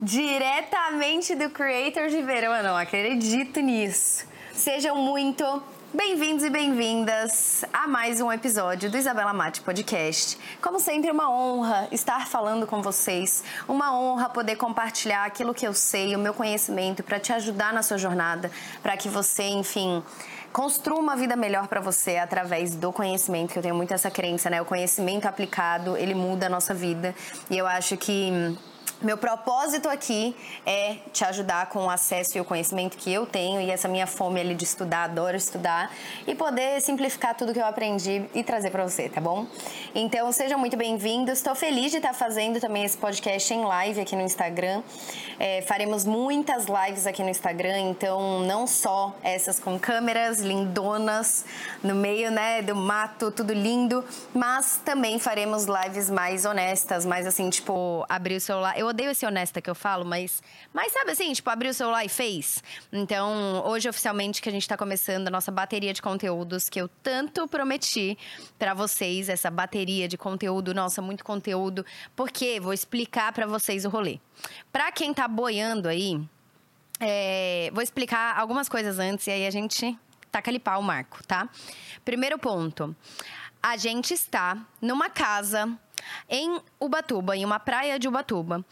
Diretamente do Creator de Verão, eu não acredito nisso. Sejam muito bem-vindos e bem-vindas a mais um episódio do Isabela Mate Podcast. Como sempre, uma honra estar falando com vocês, uma honra poder compartilhar aquilo que eu sei, o meu conhecimento, para te ajudar na sua jornada, para que você, enfim, construa uma vida melhor para você através do conhecimento, que eu tenho muito essa crença, né? O conhecimento aplicado, ele muda a nossa vida, e eu acho que meu propósito aqui é te ajudar com o acesso e o conhecimento que eu tenho e essa minha fome ali de estudar, adoro estudar, e poder simplificar tudo que eu aprendi e trazer para você, tá bom? Então, sejam muito bem-vindos. Estou feliz de estar fazendo também esse podcast em live aqui no Instagram. Faremos muitas lives aqui no Instagram, então não só essas com câmeras lindonas no meio, né, do mato, tudo lindo, mas também faremos lives mais honestas, mais assim, tipo, abrir o celular. Eu odeio esse honesta que eu falo, mas sabe assim, tipo, abrir o celular e fez. Então, hoje oficialmente que a gente tá começando a nossa bateria de conteúdos que eu tanto prometi pra vocês, essa bateria de conteúdo, nossa, muito conteúdo, porque vou explicar pra vocês o rolê. Pra quem tá boiando aí, vou explicar algumas coisas antes e aí a gente taca ali pau, Marco, tá? Primeiro ponto, a gente está numa casa em Ubatuba, em uma praia de Ubatuba,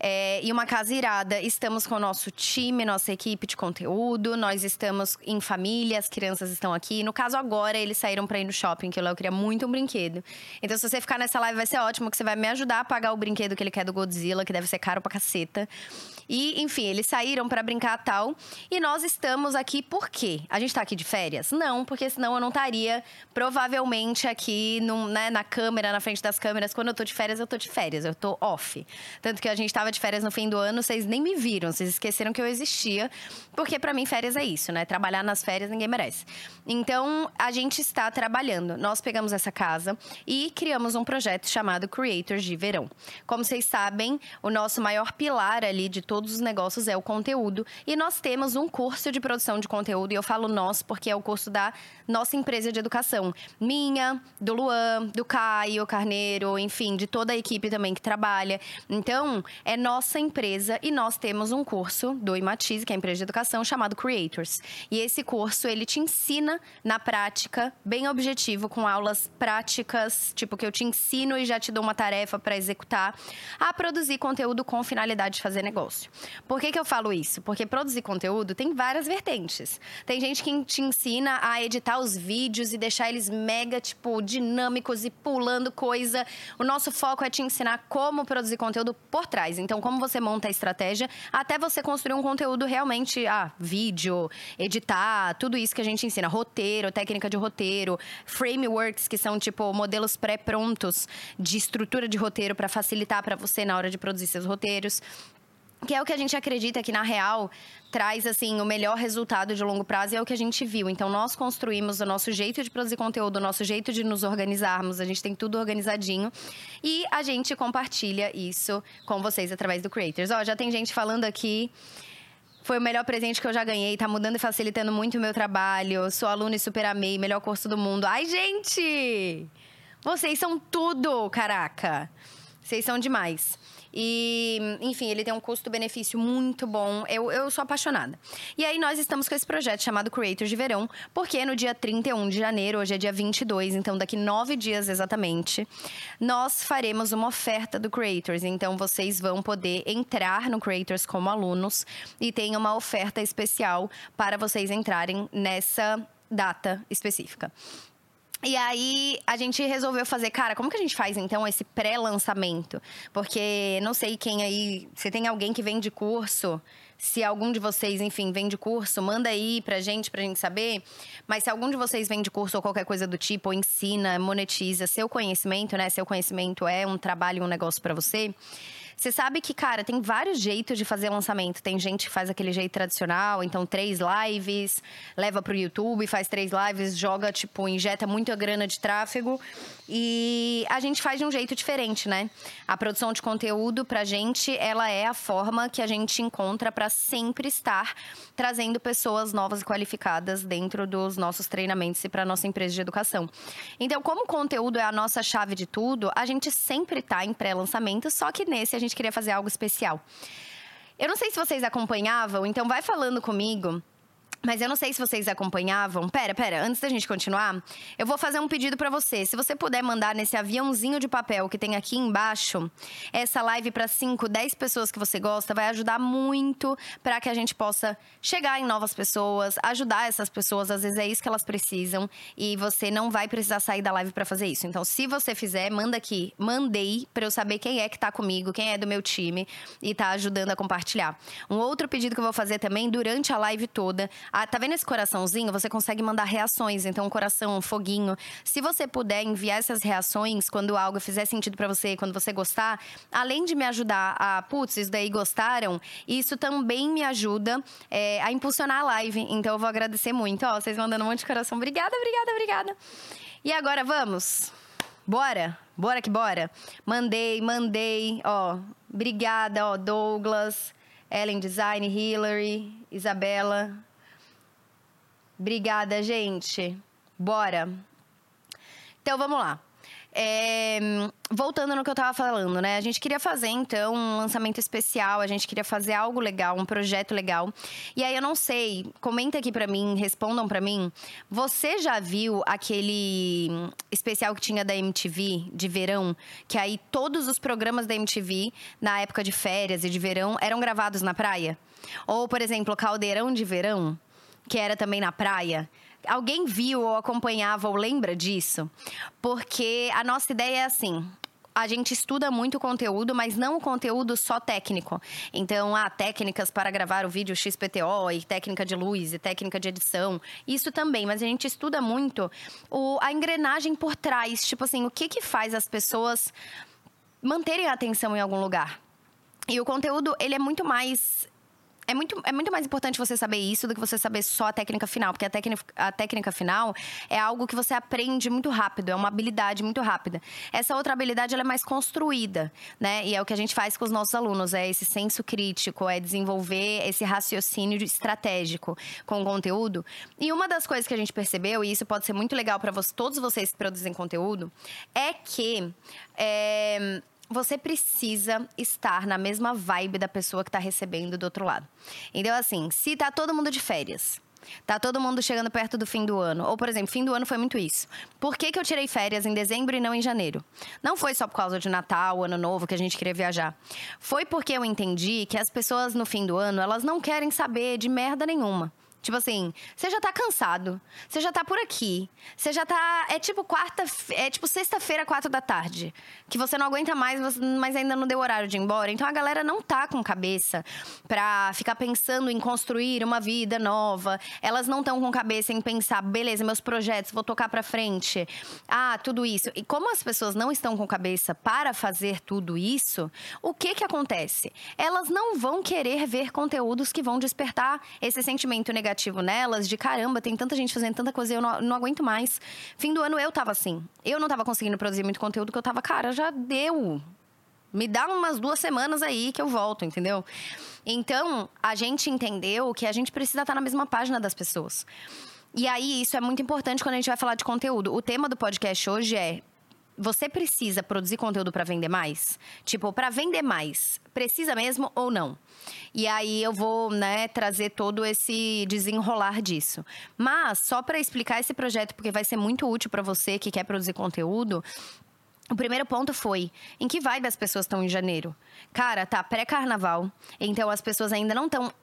e uma casa irada. Estamos com o nosso time, nossa equipe de conteúdo, nós estamos em família, as crianças estão aqui. No caso, agora, eles saíram pra ir no shopping, que o Léo queria muito um brinquedo. Então, se você ficar nessa live, vai ser ótimo, que você vai me ajudar a pagar o brinquedo que ele quer do Godzilla, que deve ser caro pra caceta. E, enfim, eles saíram pra brincar tal. E nós estamos aqui por quê? A gente tá aqui de férias? Não, porque senão eu não estaria, provavelmente, aqui na câmera, na frente das câmeras. Quando eu tô de férias, eu tô de férias, eu tô off. Tanto que a gente tava de férias no fim do ano, vocês nem me viram, vocês esqueceram que eu existia. Porque pra mim, férias é isso, né? Trabalhar nas férias, ninguém merece. Então, a gente está trabalhando. Nós pegamos essa casa e criamos um projeto chamado Creators de Verão. Como vocês sabem, o nosso maior pilar ali de todos os negócios é o conteúdo. E nós temos um curso de produção de conteúdo, e eu falo nós porque é o curso da nossa empresa de educação. Minha, do Luan, do Caio Carneiro, enfim, de toda a equipe também que trabalha. Então, é nossa empresa e nós temos um curso do Imatize, que é a empresa de educação, chamado Creators. E esse curso, ele te ensina na prática, bem objetivo, com aulas práticas, tipo que eu te ensino e já te dou uma tarefa para executar, a produzir conteúdo com finalidade de fazer negócio. Por que eu falo isso? Porque produzir conteúdo tem várias vertentes. Tem gente que te ensina a editar os vídeos e deixar eles mega, tipo, dinâmicos e pulando coisa. O nosso foco é te ensinar como produzir conteúdo por trás. Então, como você monta a estratégia até você construir um conteúdo realmente, vídeo, editar, tudo isso que a gente ensina. Roteiro, técnica de roteiro, frameworks, que são, tipo, modelos pré-prontos de estrutura de roteiro para facilitar para você na hora de produzir seus roteiros. Que é o que a gente acredita que, na real, traz, assim, o melhor resultado de longo prazo e é o que a gente viu. Então, nós construímos o nosso jeito de produzir conteúdo, o nosso jeito de nos organizarmos. A gente tem tudo organizadinho. E a gente compartilha isso com vocês através do Creators. Já tem gente falando aqui. Foi o melhor presente que eu já ganhei. Tá mudando e facilitando muito o meu trabalho. Sou aluna e super amei. Melhor curso do mundo. Ai, gente! Vocês são tudo, caraca! Vocês são demais. E, enfim, ele tem um custo-benefício muito bom. Eu sou apaixonada. E aí, nós estamos com esse projeto chamado Creators de Verão, porque no dia 31 de janeiro, hoje é dia 22, então daqui 9 dias exatamente, nós faremos uma oferta do Creators. Então, vocês vão poder entrar no Creators como alunos e tem uma oferta especial para vocês entrarem nessa data específica. E aí, a gente resolveu fazer, cara, como que a gente faz, então, esse pré-lançamento? Porque não sei quem aí, se tem alguém que vende curso, se algum de vocês, enfim, vende curso, manda aí pra gente saber. Mas se algum de vocês vende curso ou qualquer coisa do tipo, ou ensina, monetiza seu conhecimento, né? Seu conhecimento é um trabalho, um negócio pra você. Você sabe que, cara, tem vários jeitos de fazer lançamento. Tem gente que faz aquele jeito tradicional, então 3 lives, leva pro YouTube, faz 3 lives, joga, tipo, injeta muita grana de tráfego. E a gente faz de um jeito diferente, né? A produção de conteúdo, pra gente, ela é a forma que a gente encontra pra sempre estar trazendo pessoas novas e qualificadas dentro dos nossos treinamentos e pra nossa empresa de educação. Então, como o conteúdo é a nossa chave de tudo, a gente sempre tá em pré-lançamento, só que nesse a gente queria fazer algo especial. Eu não sei se vocês acompanhavam, então vai falando comigo. Mas eu não sei se vocês acompanhavam. Pera, antes da gente continuar, eu vou fazer um pedido pra você. Se você puder mandar nesse aviãozinho de papel que tem aqui embaixo, essa live pra 5, 10 pessoas que você gosta, vai ajudar muito pra que a gente possa chegar em novas pessoas, ajudar essas pessoas, às vezes é isso que elas precisam, e você não vai precisar sair da live pra fazer isso. Então, se você fizer, manda aqui, mandei pra eu saber quem é que tá comigo, quem é do meu time e tá ajudando a compartilhar. Um outro pedido que eu vou fazer também, durante a live toda, tá vendo esse coraçãozinho? Você consegue mandar reações, então um coração, um foguinho. Se você puder enviar essas reações quando algo fizer sentido pra você, quando você gostar, além de me ajudar a, putz, isso daí gostaram, isso também me ajuda a impulsionar a live. Então eu vou agradecer muito. Ó, vocês mandando um monte de coração. Obrigada. E agora vamos? Bora que bora. Mandei, ó. Obrigada, ó, Douglas, Ellen Design, Hillary, Isabela. Obrigada, gente. Bora. Então, vamos lá. Voltando no que eu tava falando, né? A gente queria fazer, então, um lançamento especial. A gente queria fazer algo legal, um projeto legal. E aí, eu não sei, comenta aqui pra mim, respondam pra mim. Você já viu aquele especial que tinha da MTV, de verão? Que aí, todos os programas da MTV, na época de férias e de verão, eram gravados na praia? Ou, por exemplo, Caldeirão de Verão, que era também na praia. Alguém viu ou acompanhava ou lembra disso? Porque a nossa ideia é assim: a gente estuda muito o conteúdo, mas não o conteúdo só técnico. Então, há técnicas para gravar o vídeo XPTO, e técnica de luz, e técnica de edição. Isso também, mas a gente estuda muito a engrenagem por trás. Tipo assim, o que faz as pessoas manterem a atenção em algum lugar? E o conteúdo, ele é muito mais... É muito mais importante você saber isso do que você saber só a técnica final. Porque a técnica final é algo que você aprende muito rápido. É uma habilidade muito rápida. Essa outra habilidade, ela é mais construída, né? E é o que a gente faz com os nossos alunos. É esse senso crítico, é desenvolver esse raciocínio estratégico com o conteúdo. E uma das coisas que a gente percebeu, e isso pode ser muito legal para todos vocês que produzem conteúdo, é que... você precisa estar na mesma vibe da pessoa que tá recebendo do outro lado. Então, assim, se tá todo mundo de férias, tá todo mundo chegando perto do fim do ano, ou, por exemplo, fim do ano foi muito isso. Por que eu tirei férias em dezembro e não em janeiro? Não foi só por causa de Natal, Ano Novo, que a gente queria viajar. Foi porque eu entendi que as pessoas no fim do ano, elas não querem saber de merda nenhuma. Tipo assim, você já tá cansado, você já tá por aqui, você já tá... É tipo sexta-feira, 4 da tarde, que você não aguenta mais, mas ainda não deu horário de ir embora. Então, a galera não tá com cabeça pra ficar pensando em construir uma vida nova. Elas não estão com cabeça em pensar, beleza, meus projetos, vou tocar pra frente. Ah, tudo isso. E como as pessoas não estão com cabeça para fazer tudo isso, o que acontece? Elas não vão querer ver conteúdos que vão despertar esse sentimento negativo nelas, de caramba, tem tanta gente fazendo tanta coisa e eu não aguento mais. Fim do ano eu tava assim. Eu não tava conseguindo produzir muito conteúdo, que eu tava, cara, já deu. Me dá umas 2 semanas aí que eu volto, entendeu? Então, a gente entendeu que a gente precisa estar na mesma página das pessoas. E aí, isso é muito importante quando a gente vai falar de conteúdo. O tema do podcast hoje é: você precisa produzir conteúdo para vender mais? Tipo, para vender mais, precisa mesmo ou não? E aí eu vou, né, trazer todo esse desenrolar disso. Mas, só para explicar esse projeto, porque vai ser muito útil para você que quer produzir conteúdo, o primeiro ponto foi: em que vibe as pessoas estão em janeiro? Cara, tá pré-carnaval, então as pessoas ainda não estão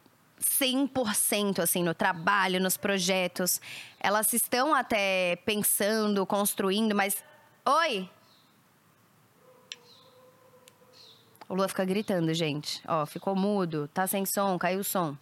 100% assim, no trabalho, nos projetos. Elas estão até pensando, construindo, mas... Oi! O Lua fica gritando, gente. Ó, ficou mudo, tá sem som, caiu o som.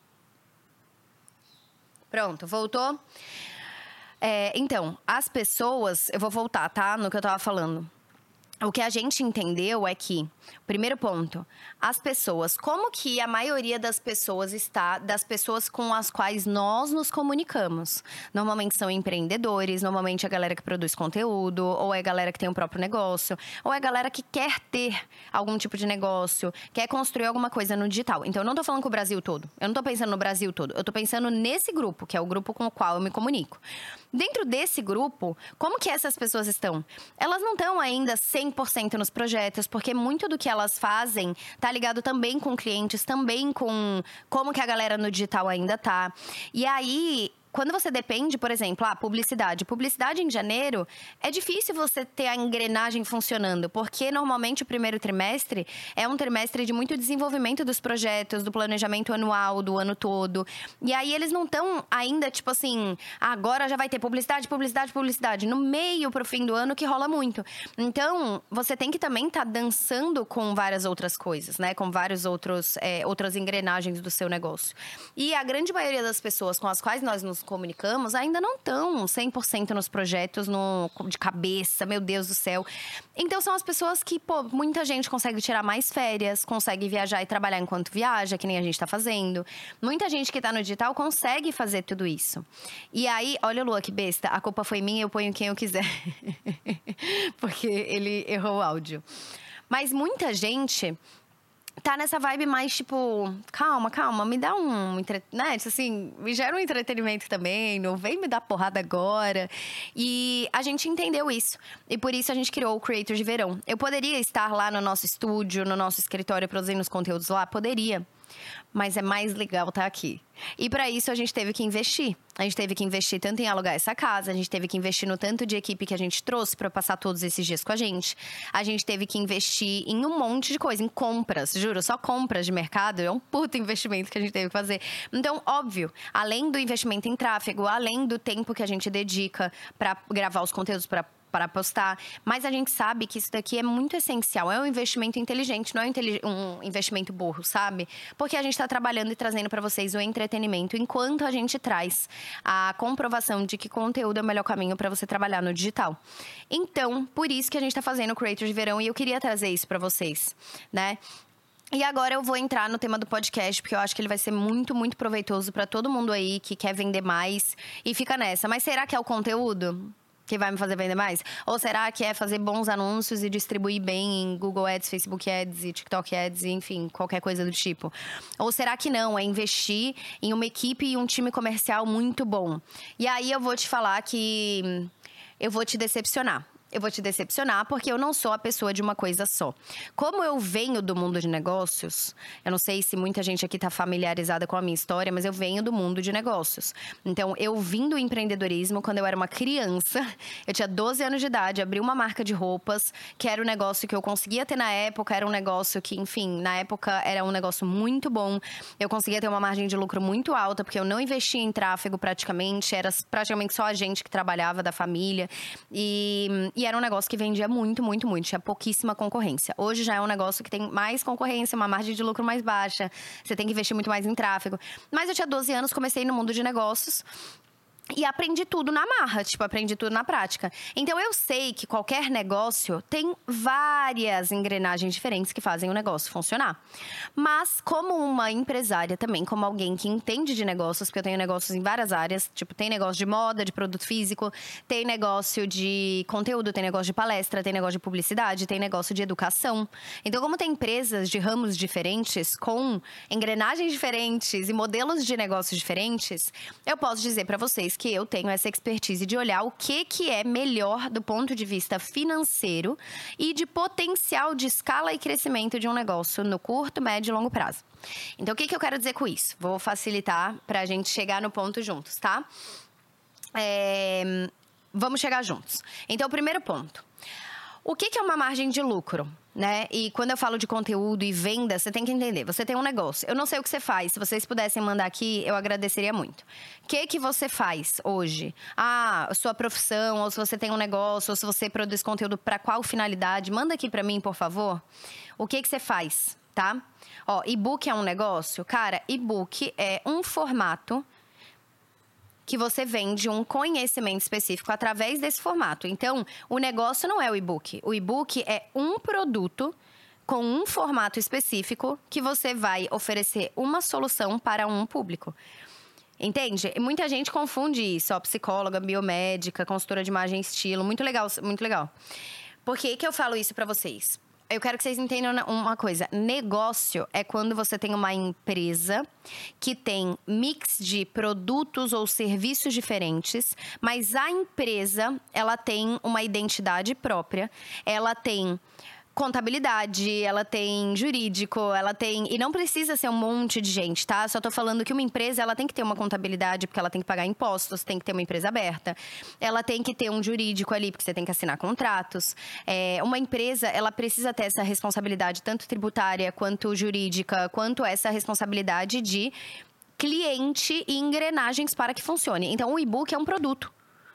Pronto, voltou? Então, as pessoas... Eu vou voltar, tá? No que eu tava falando. O que a gente entendeu é que, primeiro ponto, as pessoas, como que a maioria das pessoas está, das pessoas com as quais nós nos comunicamos? Normalmente são empreendedores, normalmente é a galera que produz conteúdo, ou é a galera que tem o próprio negócio, ou é a galera que quer ter algum tipo de negócio, quer construir alguma coisa no digital. Então, eu não tô falando com o Brasil todo, eu não tô pensando no Brasil todo, eu tô pensando nesse grupo, que é o grupo com o qual eu me comunico. Dentro desse grupo, como que essas pessoas estão? Elas não estão ainda 100% nos projetos, porque muito do que elas fazem tá ligado também com clientes, também com como que a galera no digital ainda tá. E aí, quando você depende, por exemplo, publicidade. Publicidade em janeiro, é difícil você ter a engrenagem funcionando, porque normalmente o primeiro trimestre é um trimestre de muito desenvolvimento dos projetos, do planejamento anual, do ano todo. E aí eles não estão ainda, tipo assim, agora já vai ter publicidade, publicidade, publicidade. No meio pro fim do ano que rola muito. Então, você tem que também estar dançando com várias outras coisas, né? Com vários outras engrenagens do seu negócio. E a grande maioria das pessoas com as quais nós nos comunicamos ainda não estão 100% nos projetos de cabeça, meu Deus do céu. Então são as pessoas que, muita gente consegue tirar mais férias, consegue viajar e trabalhar enquanto viaja, que nem a gente tá fazendo. Muita gente que tá no digital consegue fazer tudo isso. E aí, olha o Lua, que besta, a culpa foi minha, eu ponho quem eu quiser. Porque ele errou o áudio. Mas muita gente tá nessa vibe mais, tipo, calma, me dá né? Assim, me gera um entretenimento também, não vem me dar porrada agora. E a gente entendeu isso. E por isso a gente criou o Creators de Verão. Eu poderia estar lá no nosso estúdio, no nosso escritório, produzindo os conteúdos lá? Poderia. Mas é mais legal estar aqui. E para isso a gente teve que investir. A gente teve que investir tanto em alugar essa casa, a gente teve que investir no tanto de equipe que a gente trouxe para passar todos esses dias com a gente. A gente teve que investir em um monte de coisa, em compras, juro, só compras de mercado é um puto investimento que a gente teve que fazer. Então, óbvio, além do investimento em tráfego, além do tempo que a gente dedica para gravar os conteúdos, para postar. Mas a gente sabe que isso daqui é muito essencial. É um investimento inteligente, não é um investimento burro, sabe? Porque a gente está trabalhando e trazendo para vocês o entretenimento enquanto a gente traz a comprovação de que conteúdo é o melhor caminho para você trabalhar no digital. Então, por isso que a gente está fazendo o Creators de Verão e eu queria trazer isso para vocês, né? E agora eu vou entrar no tema do podcast, porque eu acho que ele vai ser muito, muito proveitoso para todo mundo aí que quer vender mais e fica nessa. Mas será que é o conteúdo que vai me fazer vender mais? Ou será que é fazer bons anúncios e distribuir bem em Google Ads, Facebook Ads e TikTok Ads, enfim, qualquer coisa do tipo? Ou será que não? É investir em uma equipe e um time comercial muito bom? E aí eu vou te falar que eu vou te decepcionar. Eu vou te decepcionar porque eu não sou a pessoa de uma coisa só. Como eu venho do mundo de negócios, eu não sei se muita gente aqui está familiarizada com a minha história, mas eu venho do mundo de negócios. Então, eu vim do empreendedorismo quando eu era uma criança. Eu tinha 12 anos de idade, abri uma marca de roupas, que era um negócio que eu conseguia ter na época, era um negócio que, enfim, na época era um negócio muito bom. Eu conseguia ter uma margem de lucro muito alta, porque eu não investia em tráfego praticamente, era praticamente só a gente que trabalhava da família. E era um negócio que vendia muito, muito, muito. Tinha pouquíssima concorrência. Hoje já é um negócio que tem mais concorrência, uma margem de lucro mais baixa. Você tem que investir muito mais em tráfego. Mas eu tinha 12 anos, comecei no mundo de negócios. E aprendi tudo na marra, aprendi tudo na prática. Então, eu sei que qualquer negócio tem várias engrenagens diferentes que fazem o negócio funcionar. Mas, como uma empresária também, como alguém que entende de negócios, porque eu tenho negócios em várias áreas, tem negócio de moda, de produto físico, tem negócio de conteúdo, tem negócio de palestra, tem negócio de publicidade, tem negócio de educação. Então, como tem empresas de ramos diferentes, com engrenagens diferentes e modelos de negócios diferentes, eu posso dizer para vocês que eu tenho essa expertise de olhar o que é melhor do ponto de vista financeiro e de potencial de escala e crescimento de um negócio no curto, médio e longo prazo. Então, o que eu quero dizer com isso? Vou facilitar para a gente chegar no ponto juntos, tá? Vamos chegar juntos. Então, o primeiro ponto. O que é uma margem de lucro, né? E quando eu falo de conteúdo e venda, você tem que entender. Você tem um negócio. Eu não sei o que você faz. Se vocês pudessem mandar aqui, eu agradeceria muito. O que você faz hoje? Sua profissão, ou se você tem um negócio, ou se você produz conteúdo para qual finalidade? Manda aqui para mim, por favor. O que você faz, tá? E-book é um negócio? Cara, e-book é um formato que você vende um conhecimento específico através desse formato. Então, o negócio não é o e-book. O e-book é um produto com um formato específico que você vai oferecer uma solução para um público. Entende? Muita gente confunde isso. Psicóloga, biomédica, consultora de imagem e estilo. Muito legal, muito legal. Por que eu falo isso para vocês? Eu quero que vocês entendam uma coisa. Negócio é quando você tem uma empresa que tem mix de produtos ou serviços diferentes, mas a empresa, ela tem uma identidade própria, ela tem contabilidade, ela tem jurídico, ela tem... E não precisa ser um monte de gente, tá? Só tô falando que uma empresa, ela tem que ter uma contabilidade, porque ela tem que pagar impostos, tem que ter uma empresa aberta. Ela tem que ter um jurídico ali, porque você tem que assinar contratos. Uma empresa, ela precisa ter essa responsabilidade, tanto tributária, quanto jurídica, quanto essa responsabilidade de cliente e engrenagens para que funcione. Então, o e-book é um produto.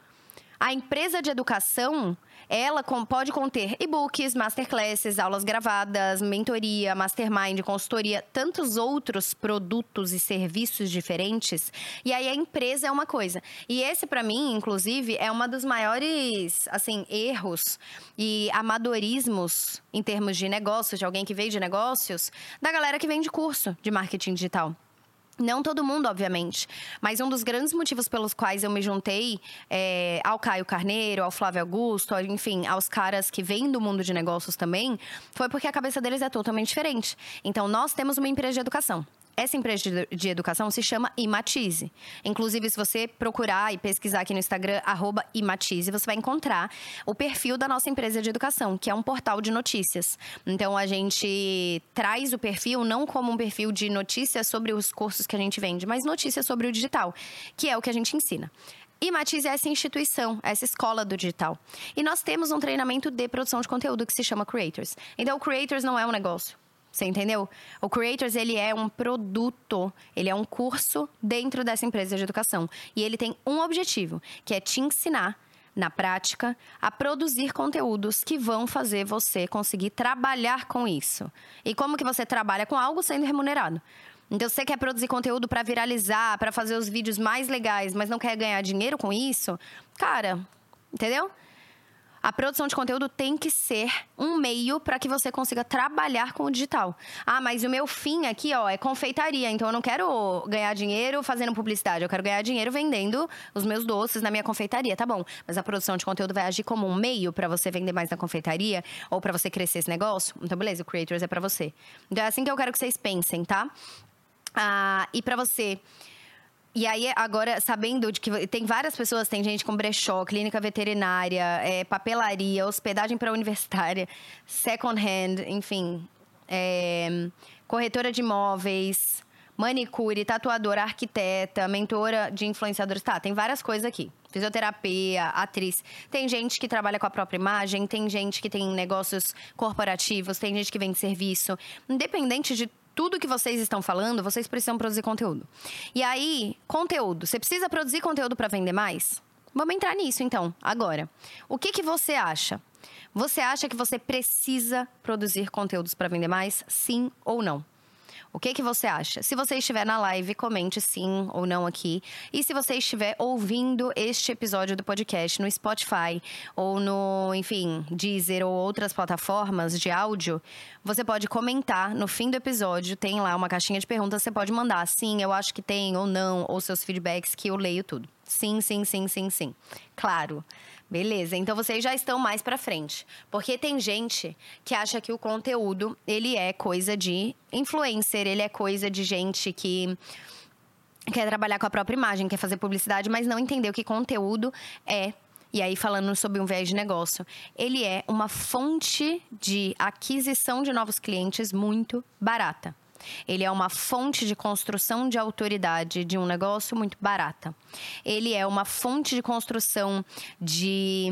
A empresa de educação, ela pode conter e-books, masterclasses, aulas gravadas, mentoria, mastermind, consultoria, tantos outros produtos e serviços diferentes. E aí a empresa é uma coisa. E esse, para mim, inclusive, é uma dos maiores, assim, erros e amadorismos em termos de negócios, de alguém que veio de negócios, da galera que vende curso de marketing digital. Não todo mundo, obviamente, mas um dos grandes motivos pelos quais eu me juntei ao Caio Carneiro, ao Flávio Augusto, enfim, aos caras que vêm do mundo de negócios também, foi porque a cabeça deles é totalmente diferente. Então, nós temos uma empresa de educação. Essa empresa de educação se chama Imatize. Inclusive, se você procurar e pesquisar aqui no Instagram, @Imatize, você vai encontrar o perfil da nossa empresa de educação, que é um portal de notícias. Então, a gente traz o perfil não como um perfil de notícias sobre os cursos que a gente vende, mas notícias sobre o digital, que é o que a gente ensina. Imatize é essa instituição, essa escola do digital. E nós temos um treinamento de produção de conteúdo que se chama Creators. Então, o Creators não é um negócio. Você entendeu? O Creators, ele é um produto, ele é um curso dentro dessa empresa de educação. E ele tem um objetivo, que é te ensinar, na prática, a produzir conteúdos que vão fazer você conseguir trabalhar com isso. E como que você trabalha com algo sendo remunerado? Então, se você quer produzir conteúdo para viralizar, para fazer os vídeos mais legais, mas não quer ganhar dinheiro com isso, cara, entendeu? A produção de conteúdo tem que ser um meio para que você consiga trabalhar com o digital. Ah, mas o meu fim aqui, ó, é confeitaria. Então, eu não quero ganhar dinheiro fazendo publicidade. Eu quero ganhar dinheiro vendendo os meus doces na minha confeitaria. Tá bom, mas a produção de conteúdo vai agir como um meio para você vender mais na confeitaria ou para você crescer esse negócio? Então, beleza, o Creators é para você. Então, é assim que eu quero que vocês pensem, tá? E para você... E aí, agora, sabendo de que tem várias pessoas, tem gente com brechó, clínica veterinária, papelaria, hospedagem para universitária, second hand, enfim, corretora de imóveis, manicure, tatuadora, arquiteta, mentora de influenciadores. Tá, tem várias coisas aqui. Fisioterapia, atriz. Tem gente que trabalha com a própria imagem, tem gente que tem negócios corporativos, tem gente que vende serviço. Independente de tudo que vocês estão falando, vocês precisam produzir conteúdo. E aí, conteúdo. Você precisa produzir conteúdo para vender mais? Vamos entrar nisso, então, agora. O que você acha? Você acha que você precisa produzir conteúdos para vender mais? Sim ou não? O que você acha? Se você estiver na live, comente sim ou não aqui. E se você estiver ouvindo este episódio do podcast no Spotify ou no, enfim, Deezer ou outras plataformas de áudio, você pode comentar no fim do episódio. Tem lá uma caixinha de perguntas, você pode mandar sim, eu acho que tem ou não, ou seus feedbacks que eu leio tudo. Sim, sim, sim, sim, sim. Claro. Beleza, então vocês já estão mais pra frente. Porque tem gente que acha que o conteúdo, ele é coisa de influencer, ele é coisa de gente que quer trabalhar com a própria imagem, quer fazer publicidade, mas não entendeu que conteúdo é. E aí, falando sobre um viés de negócio, ele é uma fonte de aquisição de novos clientes muito barata. Ele é uma fonte de construção de autoridade de um negócio muito barata. Ele é uma fonte de construção de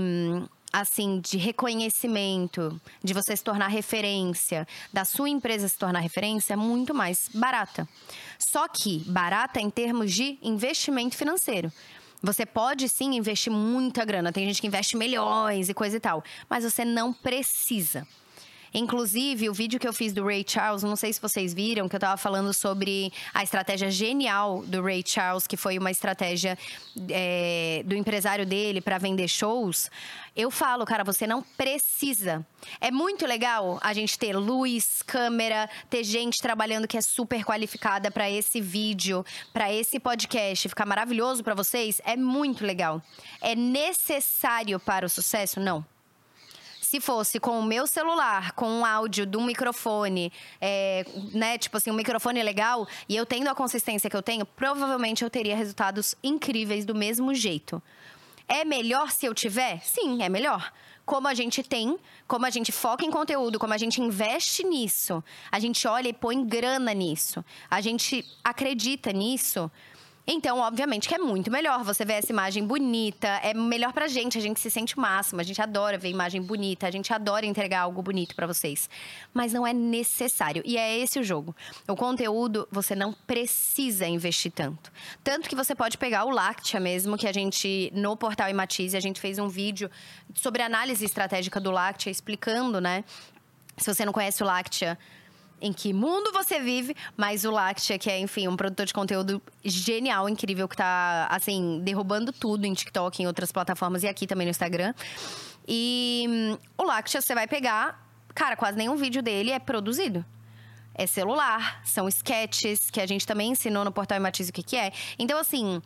reconhecimento, de você se tornar referência, da sua empresa se tornar referência, muito mais barata. Só que barata em termos de investimento financeiro. Você pode, sim, investir muita grana. Tem gente que investe milhões e coisa e tal. Mas você não precisa. Inclusive, o vídeo que eu fiz do Ray Charles, não sei se vocês viram, que eu tava falando sobre a estratégia genial do Ray Charles, que foi uma estratégia do empresário dele para vender shows. Eu falo, cara, você não precisa. É muito legal a gente ter luz, câmera, ter gente trabalhando que é super qualificada para esse vídeo, para esse podcast, ficar maravilhoso para vocês. É muito legal. É necessário para o sucesso? Não. Se fosse com o meu celular, com um áudio de um microfone, tipo assim, um microfone legal, e eu tendo a consistência que eu tenho, provavelmente eu teria resultados incríveis do mesmo jeito. É melhor se eu tiver? Sim, é melhor. Como a gente tem, como a gente foca em conteúdo, como a gente investe nisso, a gente olha e põe grana nisso, a gente acredita nisso. Então, obviamente, que é muito melhor você ver essa imagem bonita. É melhor pra gente, a gente se sente o máximo. A gente adora ver imagem bonita, a gente adora entregar algo bonito pra vocês. Mas não é necessário. E é esse o jogo. O conteúdo, você não precisa investir tanto. Tanto que você pode pegar o Lactia mesmo, que a gente, no portal Imatize, a gente fez um vídeo sobre a análise estratégica do Lactia, explicando, né? Se você não conhece o Lactia, em que mundo você vive, mas o Lactia, que é, enfim, um produtor de conteúdo genial, incrível, que tá, assim, derrubando tudo em TikTok, em outras plataformas e aqui também no Instagram. E o Lactia, você vai pegar, cara, quase nenhum vídeo dele é produzido. É celular, são sketches, que a gente também ensinou no portal Imatize o que é. Então, assim,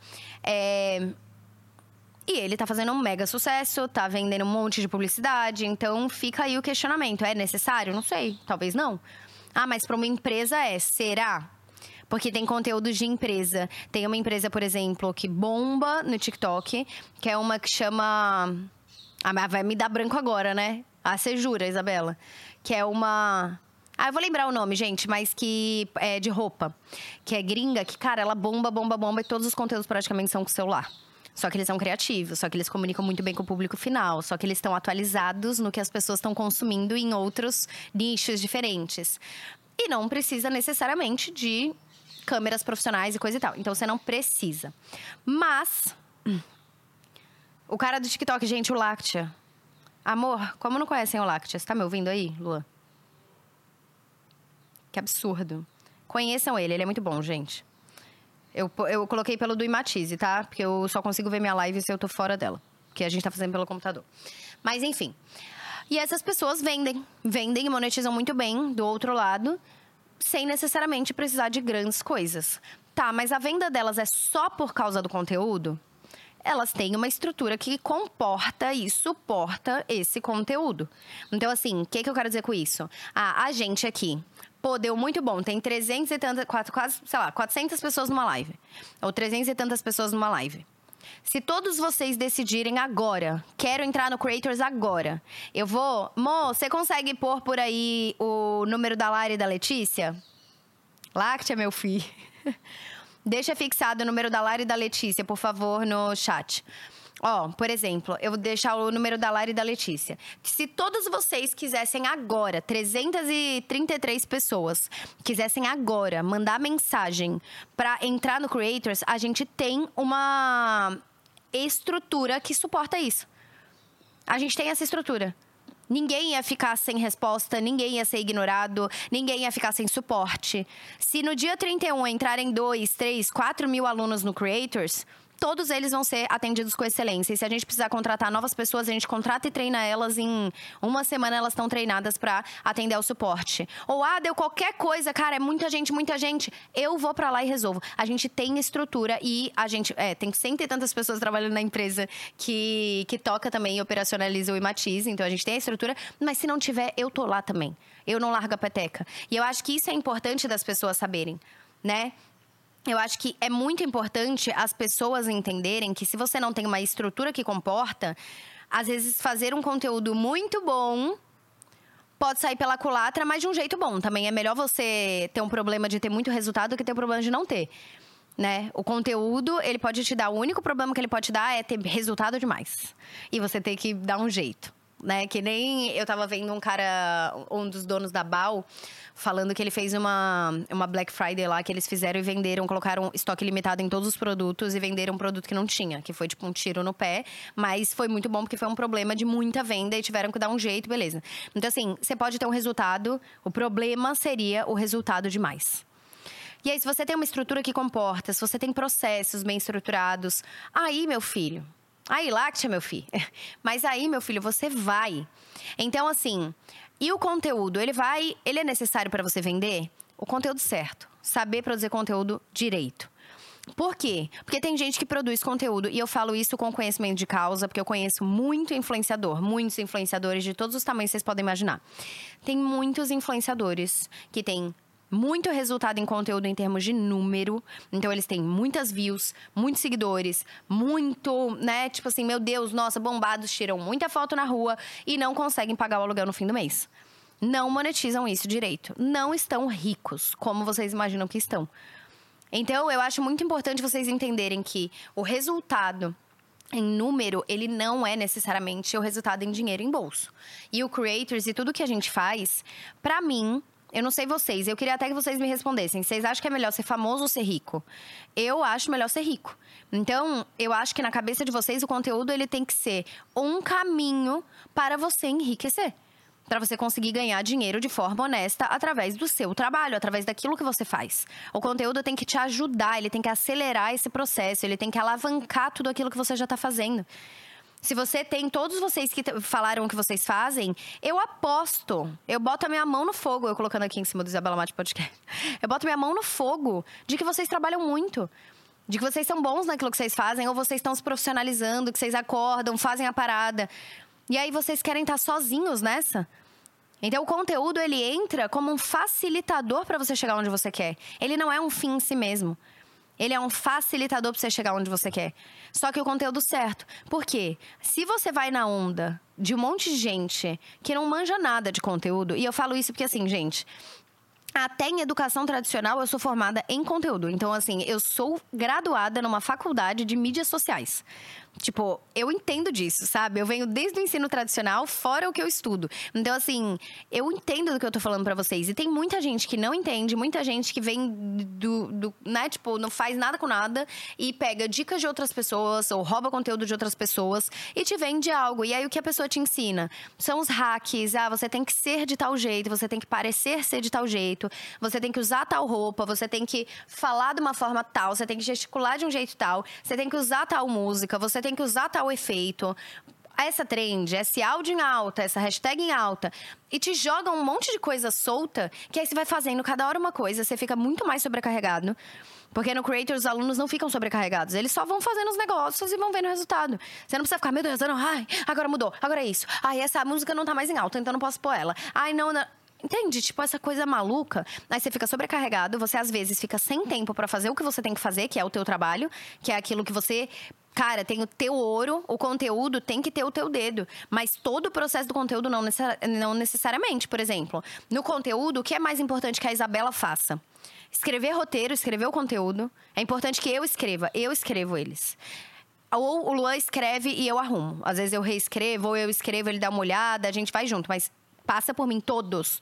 E ele tá fazendo um mega sucesso, tá vendendo um monte de publicidade, então fica aí o questionamento. É necessário? Não sei, talvez não. Ah, mas para uma empresa será? Porque tem conteúdo de empresa. Tem uma empresa, por exemplo, que bomba no TikTok, que é uma que chama... Ah, vai me dar branco agora, né? Ah, você jura, Isabela? Que é uma... Ah, eu vou lembrar o nome, gente, mas que é de roupa. Que é gringa, que, cara, ela bomba, e todos os conteúdos praticamente são com celular. Só que eles são criativos, só que eles comunicam muito bem com o público final, só que eles estão atualizados no que as pessoas estão consumindo em outros nichos diferentes. E não precisa necessariamente de câmeras profissionais e coisa e tal. Então, você não precisa. Mas, o cara do TikTok, gente, o Lactia. Amor, como não conhecem o Lactia? Você tá me ouvindo aí, Lua? Que absurdo. Conheçam ele é muito bom, gente. Eu coloquei pelo do Imatize, tá? Porque eu só consigo ver minha live se eu tô fora dela. Porque a gente tá fazendo pelo computador. Mas, enfim. E essas pessoas vendem e monetizam muito bem do outro lado, sem necessariamente precisar de grandes coisas. Tá, mas a venda delas é só por causa do conteúdo? Elas têm uma estrutura que comporta e suporta esse conteúdo. Então, assim, o que eu quero dizer com isso? Ah, a gente aqui... Pô, deu muito bom. Tem 300 e tantas, quase, sei lá, 400 pessoas numa live. Ou 300 e tantas pessoas numa live. Se todos vocês decidirem agora, quero entrar no Creators agora, eu vou... Mo, você consegue pôr por aí o número da Lara e da Letícia? Lactia, meu filho. Deixa fixado o número da Lara e da Letícia, por favor, no chat. Ó, por exemplo, eu vou deixar o número da Lara e da Letícia. Se todos vocês quisessem agora, 333 pessoas, quisessem agora mandar mensagem pra entrar no Creators, a gente tem uma estrutura que suporta isso. A gente tem essa estrutura. Ninguém ia ficar sem resposta, ninguém ia ser ignorado, ninguém ia ficar sem suporte. Se no dia 31 entrarem 2, 3, 4 mil alunos no Creators... Todos eles vão ser atendidos com excelência. E se a gente precisar contratar novas pessoas, a gente contrata e treina elas. Em uma semana, elas estão treinadas para atender ao suporte. Ou, deu qualquer coisa, cara, é muita gente. Eu vou para lá e resolvo. A gente tem estrutura e a gente... tem 100 e tantas pessoas trabalhando na empresa que toca também e operacionaliza o Imatize. Então, a gente tem a estrutura. Mas se não tiver, eu tô lá também. Eu não largo a peteca. E eu acho que isso é importante das pessoas saberem, né? Eu acho que é muito importante as pessoas entenderem que se você não tem uma estrutura que comporta, às vezes fazer um conteúdo muito bom pode sair pela culatra, mas de um jeito bom. Também é melhor você ter um problema de ter muito resultado do que ter um problema de não ter, né? O conteúdo, ele pode te dar... O único problema que ele pode te dar é ter resultado demais. E você ter que dar um jeito, né? Que nem eu tava vendo um cara, um dos donos da BAU, falando que ele fez uma Black Friday lá, que eles fizeram e venderam, colocaram estoque limitado em todos os produtos e venderam um produto que não tinha, que foi tipo um tiro no pé, mas foi muito bom porque foi um problema de muita venda e tiveram que dar um jeito, beleza. Então, assim, você pode ter um resultado, o problema seria o resultado demais. E aí, se você tem uma estrutura que comporta, se você tem processos bem estruturados, aí, meu filho... Aí, Lactia, meu filho. Mas aí, meu filho, você vai. Então, assim... E o conteúdo, ele é necessário para você vender? O conteúdo certo. Saber produzir conteúdo direito. Por quê? Porque tem gente que produz conteúdo, e eu falo isso com conhecimento de causa, porque eu conheço muito influenciador, muitos influenciadores de todos os tamanhos que vocês podem imaginar. Tem muitos influenciadores que têm muito resultado em conteúdo em termos de número. Então, eles têm muitas views, muitos seguidores, muito, né? Tipo assim, meu Deus, nossa, bombados, tiram muita foto na rua e não conseguem pagar o aluguel no fim do mês. Não monetizam isso direito. Não estão ricos, como vocês imaginam que estão. Então, eu acho muito importante vocês entenderem que o resultado em número, ele não é necessariamente o resultado em dinheiro em bolso. E o Creators e tudo que a gente faz, pra mim, eu não sei vocês, eu queria até que vocês me respondessem. Vocês acham que é melhor ser famoso ou ser rico? Eu acho melhor ser rico. Então, eu acho que na cabeça de vocês, o conteúdo ele tem que ser um caminho para você enriquecer. Para você conseguir ganhar dinheiro de forma honesta através do seu trabalho, através daquilo que você faz. O conteúdo tem que te ajudar, ele tem que acelerar esse processo, ele tem que alavancar tudo aquilo que você já está fazendo. Se você tem, todos vocês que falaram o que vocês fazem, eu aposto, eu boto a minha mão no fogo, eu colocando aqui em cima do Isabela Mate Podcast, eu boto minha mão no fogo de que vocês trabalham muito. De que vocês são bons naquilo que vocês fazem, ou vocês estão se profissionalizando, que vocês acordam, fazem a parada. E aí vocês querem estar sozinhos nessa? Então, o conteúdo, ele entra como um facilitador para você chegar onde você quer. Ele não é um fim em si mesmo. Ele é um facilitador para você chegar onde você quer. Só que o conteúdo certo. Por quê? Se você vai na onda de um monte de gente que não manja nada de conteúdo... E eu falo isso porque, assim, gente... Até em educação tradicional, eu sou formada em conteúdo. Então, assim, eu sou graduada numa faculdade de mídias sociais. Tipo, eu entendo disso, sabe? Eu venho desde o ensino tradicional, fora o que eu estudo. Então, assim, eu entendo do que eu tô falando pra vocês. E tem muita gente que não entende, muita gente que vem né? Tipo, não faz nada com nada e pega dicas de outras pessoas ou rouba conteúdo de outras pessoas e te vende algo. E aí, o que a pessoa te ensina? São os hacks. Ah, você tem que ser de tal jeito, você tem que parecer ser de tal jeito, você tem que usar tal roupa, você tem que falar de uma forma tal, você tem que gesticular de um jeito tal, você tem que usar tal música, você tem que usar tal efeito. Essa trend, esse áudio em alta, essa hashtag em alta. E te joga um monte de coisa solta, que aí você vai fazendo cada hora uma coisa, você fica muito mais sobrecarregado. Porque no Creator, os alunos não ficam sobrecarregados. Eles só vão fazendo os negócios e vão vendo o resultado. Você não precisa ficar, meu Deus, ai, agora mudou, agora é isso. Ai, essa música não tá mais em alta, então não posso pôr ela. Ai, não. Entende? Tipo, essa coisa maluca. Aí você fica sobrecarregado, você às vezes fica sem tempo pra fazer o que você tem que fazer, que é o teu trabalho, que é aquilo que você... Cara, tem o teu ouro, o conteúdo tem que ter o teu dedo. Mas todo o processo do conteúdo não necessariamente. Por exemplo, no conteúdo, o que é mais importante que a Isabela faça? Escrever roteiro, escrever o conteúdo. É importante que eu escrevo eles. Ou o Luan escreve e eu arrumo. Às vezes eu reescrevo, ou eu escrevo, ele dá uma olhada, a gente vai junto. Mas passa por mim todos.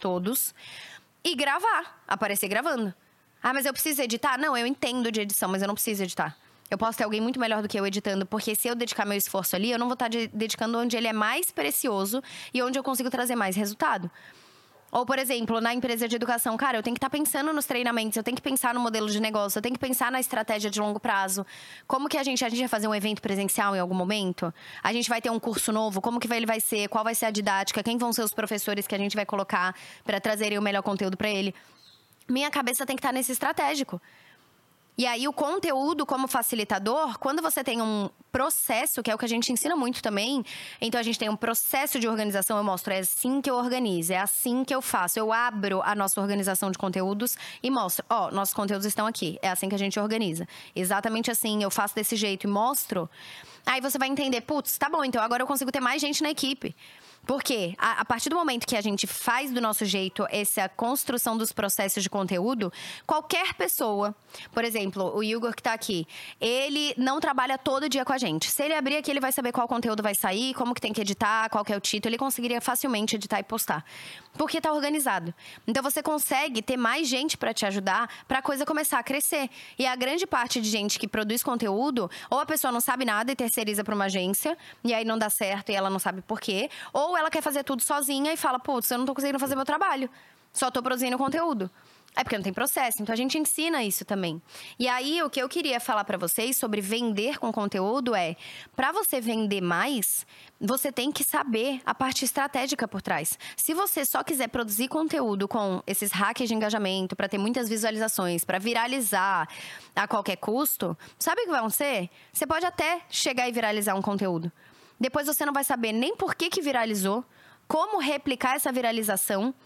E gravar, aparecer gravando. Ah, mas eu preciso editar? Não, eu entendo de edição, mas eu não preciso editar. Eu posso ter alguém muito melhor do que eu editando, porque se eu dedicar meu esforço ali, eu não vou estar dedicando onde ele é mais precioso e onde eu consigo trazer mais resultado. Ou, por exemplo, na empresa de educação, cara, eu tenho que estar pensando nos treinamentos, eu tenho que pensar no modelo de negócio, eu tenho que pensar na estratégia de longo prazo. Como que a gente vai fazer um evento presencial em algum momento? A gente vai ter um curso novo, como que ele vai ser? Qual vai ser a didática? Quem vão ser os professores que a gente vai colocar para trazerem o melhor conteúdo para ele? Minha cabeça tem que estar nesse estratégico. E aí, o conteúdo como facilitador, quando você tem um processo, que é o que a gente ensina muito também, então a gente tem um processo de organização, eu mostro, é assim que eu organizo, é assim que eu faço. Eu abro a nossa organização de conteúdos e mostro, nossos conteúdos estão aqui, é assim que a gente organiza. Exatamente assim, eu faço desse jeito e mostro. Aí você vai entender, putz, tá bom, então agora eu consigo ter mais gente na equipe. Porque a partir do momento que a gente faz do nosso jeito essa construção dos processos de conteúdo, qualquer pessoa, por exemplo, o Igor que tá aqui, ele não trabalha todo dia com a gente. Se ele abrir aqui, ele vai saber qual conteúdo vai sair, como que tem que editar, qual que é o título, ele conseguiria facilmente editar e postar. Porque tá organizado. Então você consegue ter mais gente para te ajudar para a coisa começar a crescer. E a grande parte de gente que produz conteúdo, ou a pessoa não sabe nada e terceiriza para uma agência, e aí não dá certo e ela não sabe por quê, ou ela quer fazer tudo sozinha e fala, putz, eu não tô conseguindo fazer meu trabalho. Só tô produzindo conteúdo. É porque não tem processo. Então, a gente ensina isso também. E aí, o que eu queria falar pra vocês sobre vender com conteúdo é... Pra você vender mais, você tem que saber a parte estratégica por trás. Se você só quiser produzir conteúdo com esses hacks de engajamento, pra ter muitas visualizações, pra viralizar a qualquer custo, sabe o que vai acontecer? Você pode até chegar e viralizar um conteúdo. Depois você não vai saber nem por que viralizou, como replicar essa viralização.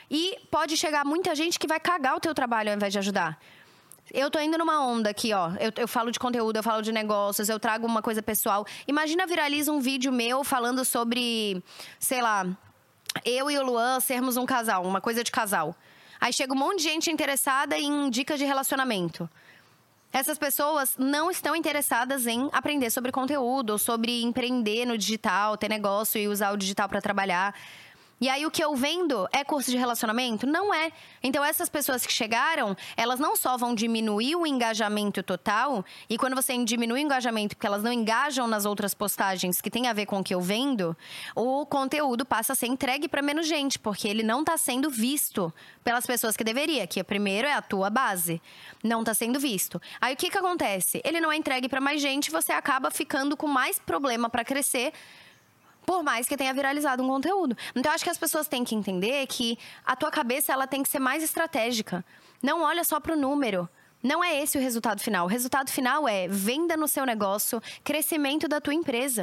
E pode chegar muita gente que vai cagar o teu trabalho ao invés de ajudar. Eu tô indo numa onda aqui, ó. Eu falo de conteúdo, eu falo de negócios, eu trago uma coisa pessoal. Imagina viraliza um vídeo meu falando sobre, sei lá, eu e o Luan sermos um casal, uma coisa de casal. Aí chega um monte de gente interessada em dicas de relacionamento. Essas pessoas não estão interessadas em aprender sobre conteúdo, ou sobre empreender no digital, ter negócio e usar o digital para trabalhar. E aí, o que eu vendo é curso de relacionamento? Não é. Então, essas pessoas que chegaram, elas não só vão diminuir o engajamento total. E quando você diminui o engajamento, porque elas não engajam nas outras postagens que tem a ver com o que eu vendo, o conteúdo passa a ser entregue para menos gente, porque ele não está sendo visto pelas pessoas que deveria, que primeiro é a tua base. Não está sendo visto. Aí, o que acontece? Ele não é entregue para mais gente, você acaba ficando com mais problema para crescer, por mais que tenha viralizado um conteúdo. Então, eu acho que as pessoas têm que entender que a tua cabeça ela tem que ser mais estratégica. Não olha só para o número. Não é esse o resultado final. O resultado final é venda no seu negócio, crescimento da tua empresa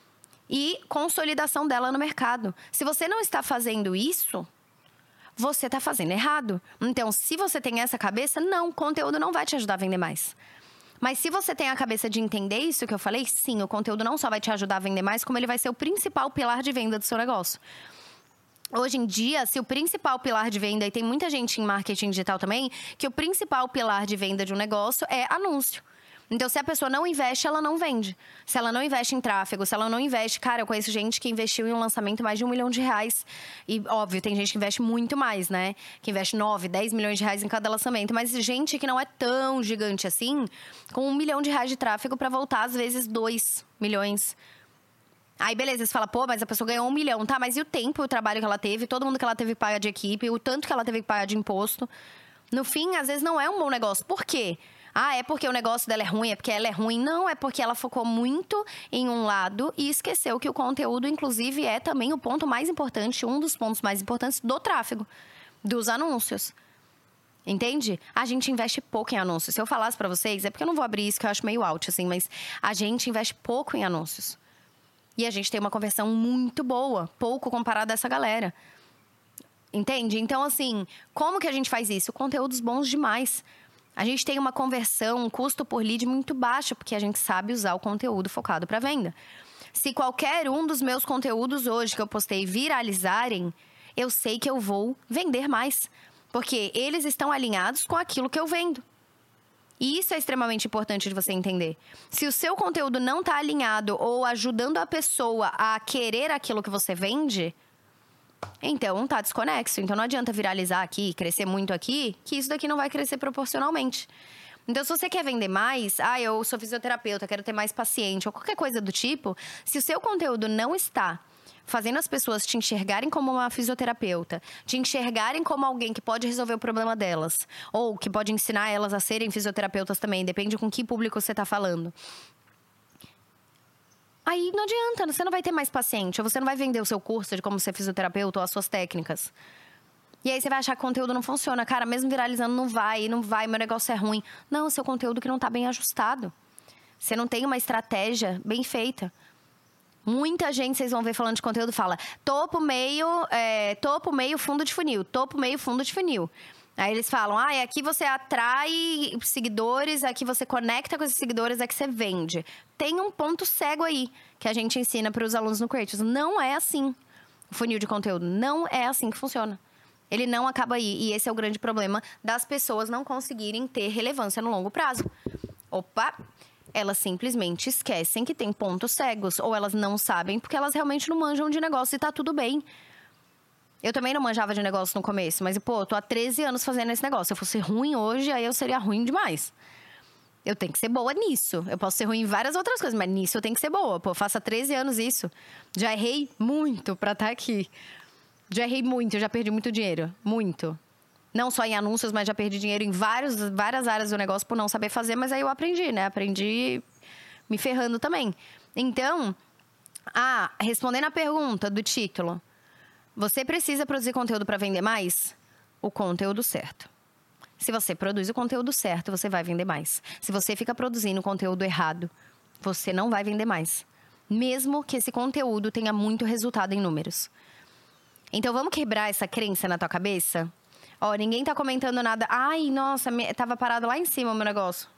e consolidação dela no mercado. Se você não está fazendo isso, você está fazendo errado. Então, se você tem essa cabeça, não, o conteúdo não vai te ajudar a vender mais. Mas se você tem a cabeça de entender isso que eu falei, sim, o conteúdo não só vai te ajudar a vender mais, como ele vai ser o principal pilar de venda do seu negócio. Hoje em dia, se o principal pilar de venda, e tem muita gente em marketing digital também, que o principal pilar de venda de um negócio é anúncio. Então, se a pessoa não investe, ela não vende. Se ela não investe em tráfego, se ela não investe... Cara, eu conheço gente que investiu em um lançamento mais de R$1 milhão. E, óbvio, tem gente que investe muito mais, né? Que investe 9, 10 milhões de reais em cada lançamento. Mas gente que não é tão gigante assim, com R$1 milhão de tráfego para voltar, às vezes, 2 milhões. Aí, beleza, você fala, pô, mas a pessoa ganhou 1 milhão. Tá, mas e o tempo, o trabalho que ela teve, todo mundo que ela teve que pagar de equipe, o tanto que ela teve que pagar de imposto. No fim, às vezes, não é um bom negócio. Por quê? Ah, é porque o negócio dela é ruim, é porque ela é ruim. Não, é porque ela focou muito em um lado e esqueceu que o conteúdo, inclusive, é também o ponto mais importante, um dos pontos mais importantes do tráfego, dos anúncios. Entende? A gente investe pouco em anúncios. Se eu falasse pra vocês, é porque eu não vou abrir isso, que eu acho meio out, assim, mas a gente investe pouco em anúncios. E a gente tem uma conversão muito boa, pouco comparado a essa galera. Entende? Então, assim, como que a gente faz isso? Conteúdos bons demais. A gente tem uma conversão, um custo por lead muito baixo, porque a gente sabe usar o conteúdo focado para venda. Se qualquer um dos meus conteúdos hoje que eu postei viralizarem, eu sei que eu vou vender mais. Porque eles estão alinhados com aquilo que eu vendo. E isso é extremamente importante de você entender. Se o seu conteúdo não está alinhado ou ajudando a pessoa a querer aquilo que você vende, então tá desconexo. Então não adianta viralizar aqui, crescer muito aqui, que isso daqui não vai crescer proporcionalmente. Então, se você quer vender mais, eu sou fisioterapeuta, quero ter mais paciente, ou qualquer coisa do tipo, se o seu conteúdo não está fazendo as pessoas te enxergarem como uma fisioterapeuta, te enxergarem como alguém que pode resolver o problema delas, ou que pode ensinar elas a serem fisioterapeutas também, depende com que público você tá falando. Aí não adianta, você não vai ter mais paciente, ou você não vai vender o seu curso de como ser fisioterapeuta ou as suas técnicas. E aí você vai achar que o conteúdo não funciona. Cara, mesmo viralizando, não vai, meu negócio é ruim. Não, seu conteúdo que não tá bem ajustado. Você não tem uma estratégia bem feita. Muita gente, vocês vão ver falando de conteúdo, fala topo, meio, fundo de funil. Topo, meio, fundo de funil. Aí eles falam, aqui você atrai seguidores, aqui você conecta com esses seguidores, aqui você vende. Tem um ponto cego aí, que a gente ensina para os alunos no Creators. Não é assim o funil de conteúdo. Não é assim que funciona. Ele não acaba aí. E esse é o grande problema das pessoas não conseguirem ter relevância no longo prazo. Elas simplesmente esquecem que tem pontos cegos. Ou elas não sabem porque elas realmente não manjam de negócio e tá tudo bem. Eu também não manjava de negócio no começo, mas, eu tô há 13 anos fazendo esse negócio. Se eu fosse ruim hoje, aí eu seria ruim demais. Eu tenho que ser boa nisso. Eu posso ser ruim em várias outras coisas, mas nisso eu tenho que ser boa. Eu faço há 13 anos isso. Já errei muito pra estar aqui. Já errei muito, eu já perdi muito dinheiro. Muito. Não só em anúncios, mas já perdi dinheiro em várias áreas do negócio por não saber fazer. Mas aí eu aprendi, né? Aprendi me ferrando também. Então, respondendo a pergunta do título... Você precisa produzir conteúdo para vender mais? O conteúdo certo. Se você produz o conteúdo certo, você vai vender mais. Se você fica produzindo o conteúdo errado, você não vai vender mais. Mesmo que esse conteúdo tenha muito resultado em números. Então vamos quebrar essa crença na tua cabeça? Ó, ninguém tá comentando nada. Ai, nossa, tava parado lá em cima o meu negócio.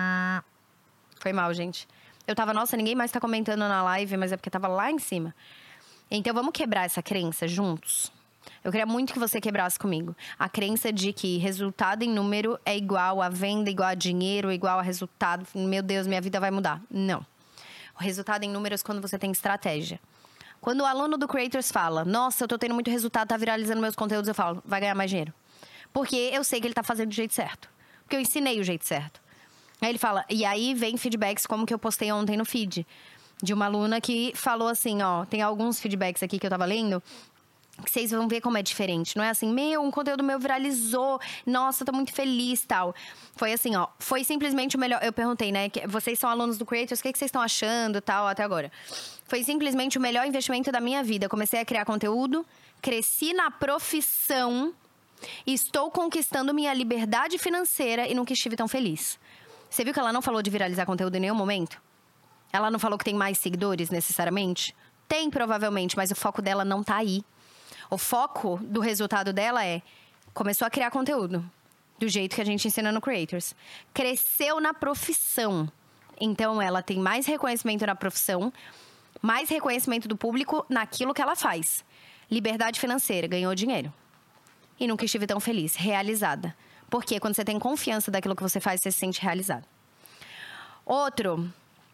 Foi mal, gente. Eu tava, nossa, ninguém mais tá comentando na live, mas é porque tava lá em cima. Então vamos quebrar essa crença juntos? Eu queria muito que você quebrasse comigo. A crença de que resultado em número é igual a venda, igual a dinheiro, igual a resultado. Meu Deus, minha vida vai mudar. Não. O resultado em números é quando você tem estratégia. Quando o aluno do Creators fala, nossa, eu tô tendo muito resultado, tá viralizando meus conteúdos, eu falo, vai ganhar mais dinheiro. Porque eu sei que ele tá fazendo do jeito certo. Porque eu ensinei o jeito certo. Aí ele fala, e aí vem feedbacks como que eu postei ontem no feed. De uma aluna que falou assim, ó, tem alguns feedbacks aqui que eu tava lendo, que vocês vão ver como é diferente. Não é assim, um conteúdo meu viralizou, nossa, tô muito feliz, tal. Foi assim, ó, foi simplesmente o melhor. Eu perguntei, né, vocês são alunos do Creators, o que vocês estão achando, tal, até agora. Foi simplesmente o melhor investimento da minha vida. Comecei a criar conteúdo, cresci na profissão, estou conquistando minha liberdade financeira e nunca estive tão feliz. Você viu que ela não falou de viralizar conteúdo em nenhum momento? Ela não falou que tem mais seguidores, necessariamente? Tem, provavelmente, mas o foco dela não tá aí. O foco do resultado dela começou a criar conteúdo. Do jeito que a gente ensina no Creators. Cresceu na profissão. Então, ela tem mais reconhecimento na profissão, mais reconhecimento do público naquilo que ela faz. Liberdade financeira, ganhou dinheiro. E nunca estive tão feliz, realizada. Porque quando você tem confiança daquilo que você faz, você se sente realizado. Outro...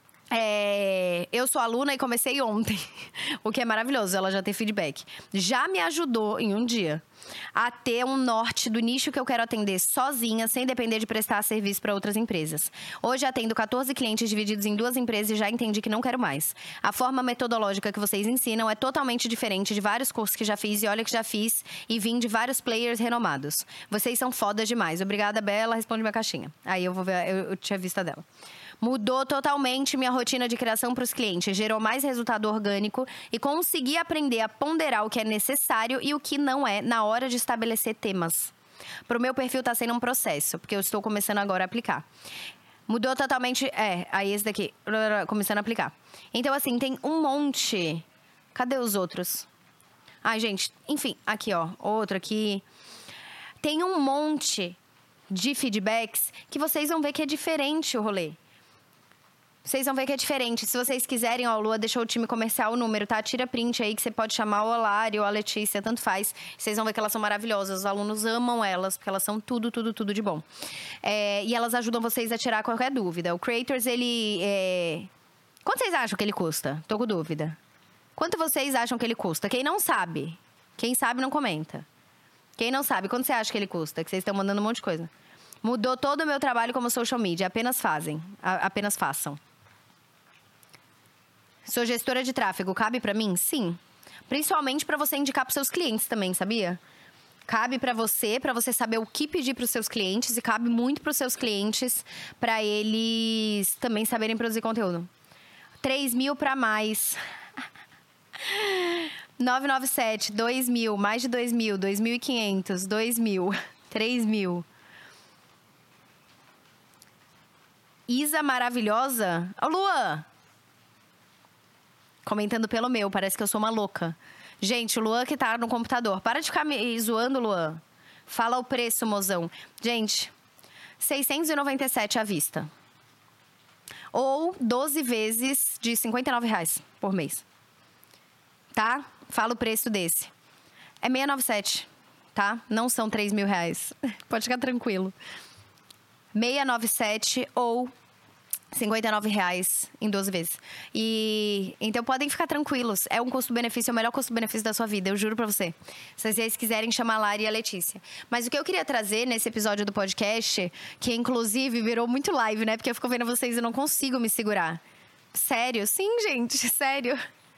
eu sou aluna e comecei ontem. O que é maravilhoso, ela já ter feedback. Já me ajudou em um dia a ter um norte do nicho que eu quero atender sozinha, sem depender de prestar serviço para outras empresas. Hoje atendo 14 clientes divididos em 2 empresas e já entendi que não quero mais. A forma metodológica que vocês ensinam é totalmente diferente de vários cursos que já fiz e olha que já fiz e vim de vários players renomados. Vocês são fodas demais. Obrigada, Bela. Responde minha caixinha. Aí eu vou ver, eu tinha visto a dela. Mudou totalmente minha rotina de criação para os clientes, gerou mais resultado orgânico e consegui aprender a ponderar o que é necessário e o que não é na hora de estabelecer temas. Para o meu perfil está sendo um processo, porque eu estou começando agora a aplicar. Mudou totalmente... aí esse daqui, começando a aplicar. Então, assim, tem um monte... Cadê os outros? Ai, gente, enfim, aqui, ó, outro aqui. Tem um monte de feedbacks que vocês vão ver que é diferente o rolê. Vocês vão ver que é diferente. Se vocês quiserem, ó, Lua deixou o time comercial o número, tá? Tira print aí que você pode chamar o Olário ou a Letícia, tanto faz. Vocês vão ver que elas são maravilhosas. Os alunos amam elas, porque elas são tudo de bom. E elas ajudam vocês a tirar qualquer dúvida. O Creators, ele... Quanto vocês acham que ele custa? Tô com dúvida. Quanto vocês acham que ele custa? Quem não sabe? Quem sabe não comenta. Quem não sabe, quanto você acha que ele custa? Que vocês estão mandando um monte de coisa. Mudou todo o meu trabalho como social media. Apenas façam. Sou gestora de tráfego, cabe pra mim? Sim. Principalmente pra você indicar pros seus clientes também, sabia? Cabe pra você saber o que pedir pros seus clientes e cabe muito pros seus clientes pra eles também saberem produzir conteúdo. 3.000 pra mais. 997, 2.000, mais de 2.000, 2.500, 2.000, 3.000. Isa maravilhosa. Ô, Luan! Comentando pelo meu, parece que eu sou uma louca. Gente, o Luan que tá no computador. Para de ficar me zoando, Luan. Fala o preço, mozão. Gente, 697 à vista. Ou 12 vezes de R$59 por mês. Tá? Fala o preço desse. É 697, tá? Não são R$3.000. Pode ficar tranquilo. 697 ou R$59 em 12 vezes. Então podem ficar tranquilos. É um custo-benefício, é o melhor custo-benefício da sua vida, eu juro pra você. Se vocês quiserem chamar a Lari e a Letícia. Mas o que eu queria trazer nesse episódio do podcast, que inclusive virou muito live, né? Porque eu fico vendo vocês e não consigo me segurar. Sério? Sim, gente, sério.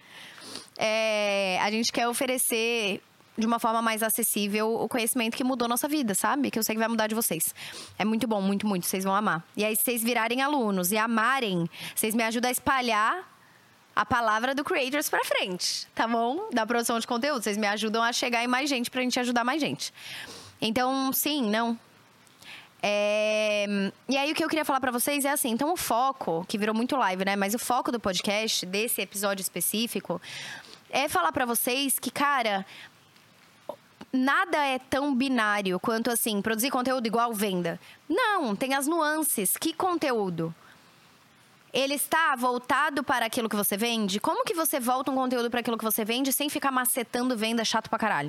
A gente quer oferecer de uma forma mais acessível o conhecimento que mudou nossa vida, sabe? Que eu sei que vai mudar de vocês. É muito bom, muito, muito. Vocês vão amar. E aí, se vocês virarem alunos e amarem, vocês me ajudam a espalhar a palavra do Creators pra frente, tá bom? Da produção de conteúdo. Vocês me ajudam a chegar em mais gente pra gente ajudar mais gente. Então, sim, não. E aí, o que eu queria falar pra vocês é assim, então o foco, que virou muito live, né? Mas o foco do podcast, desse episódio específico, é falar pra vocês que, cara, nada é tão binário quanto assim, produzir conteúdo igual venda. Não, tem as nuances. Que conteúdo? Ele está voltado para aquilo que você vende? Como que você volta um conteúdo para aquilo que você vende sem ficar macetando venda chato pra caralho?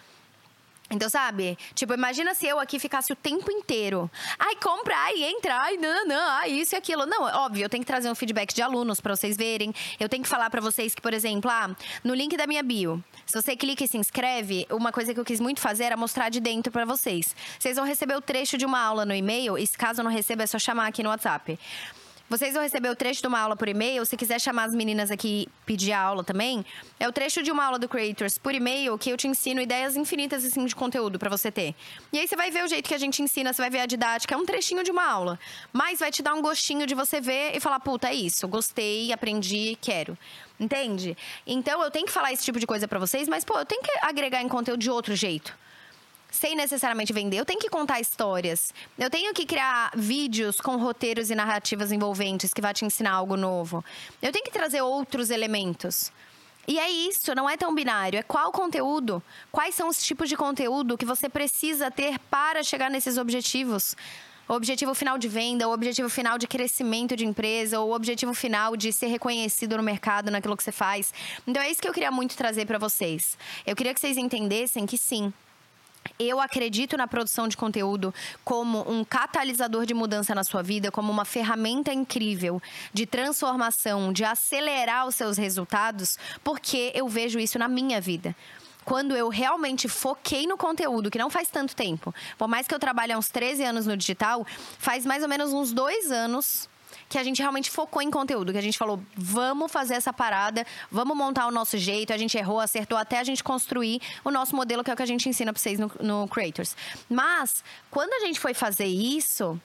Então, sabe? Tipo, imagina se eu aqui ficasse o tempo inteiro. Ai, compra, ai, entra, ai, não, ai, isso e aquilo. Não, óbvio, eu tenho que trazer um feedback de alunos pra vocês verem. Eu tenho que falar pra vocês que, por exemplo, no link da minha bio, se você clica e se inscreve, uma coisa que eu quis muito fazer era mostrar de dentro pra vocês. Vocês vão receber o trecho de uma aula no e-mail, e se caso não receba, é só chamar aqui no WhatsApp. Vocês vão receber o trecho de uma aula por e-mail. Se quiser chamar as meninas aqui e pedir a aula também, é o trecho de uma aula do Creators por e-mail que eu te ensino ideias infinitas assim, de conteúdo pra você ter. E aí você vai ver o jeito que a gente ensina, você vai ver a didática. É um trechinho de uma aula. Mas vai te dar um gostinho de você ver e falar, puta, é isso. Gostei, aprendi, quero. Entende? Então eu tenho que falar esse tipo de coisa pra vocês, mas, pô, eu tenho que agregar em conteúdo de outro jeito. Sem necessariamente vender, eu tenho que contar histórias. Eu tenho que criar vídeos com roteiros e narrativas envolventes que vai te ensinar algo novo. Eu tenho que trazer outros elementos. E é isso, não é tão binário. É qual conteúdo, quais são os tipos de conteúdo que você precisa ter para chegar nesses objetivos. O objetivo final de venda, o objetivo final de crescimento de empresa, ou o objetivo final de ser reconhecido no mercado, naquilo que você faz. Então é isso que eu queria muito trazer para vocês. Eu queria que vocês entendessem que sim, eu acredito na produção de conteúdo como um catalisador de mudança na sua vida, como uma ferramenta incrível de transformação, de acelerar os seus resultados, porque eu vejo isso na minha vida. Quando eu realmente foquei no conteúdo, que não faz tanto tempo, por mais que eu trabalhe há uns 13 anos no digital, faz mais ou menos uns 2 anos que a gente realmente focou em conteúdo, que a gente falou, vamos fazer essa parada, vamos montar o nosso jeito, a gente errou, acertou, até a gente construir o nosso modelo, que é o que a gente ensina pra vocês no Creators. Mas, quando a gente foi fazer isso,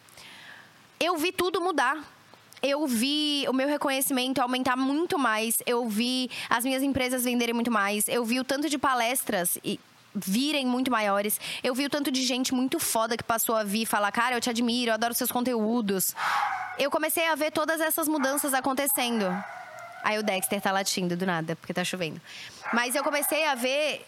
eu vi tudo mudar. Eu vi o meu reconhecimento aumentar muito mais, eu vi as minhas empresas venderem muito mais, eu vi o tanto de palestras virem muito maiores. Eu vi o tanto de gente muito foda que passou a vir falar, cara, eu te admiro, eu adoro seus conteúdos. Eu comecei a ver todas essas mudanças acontecendo. Aí o Dexter tá latindo do nada, porque tá chovendo. Mas eu comecei a ver...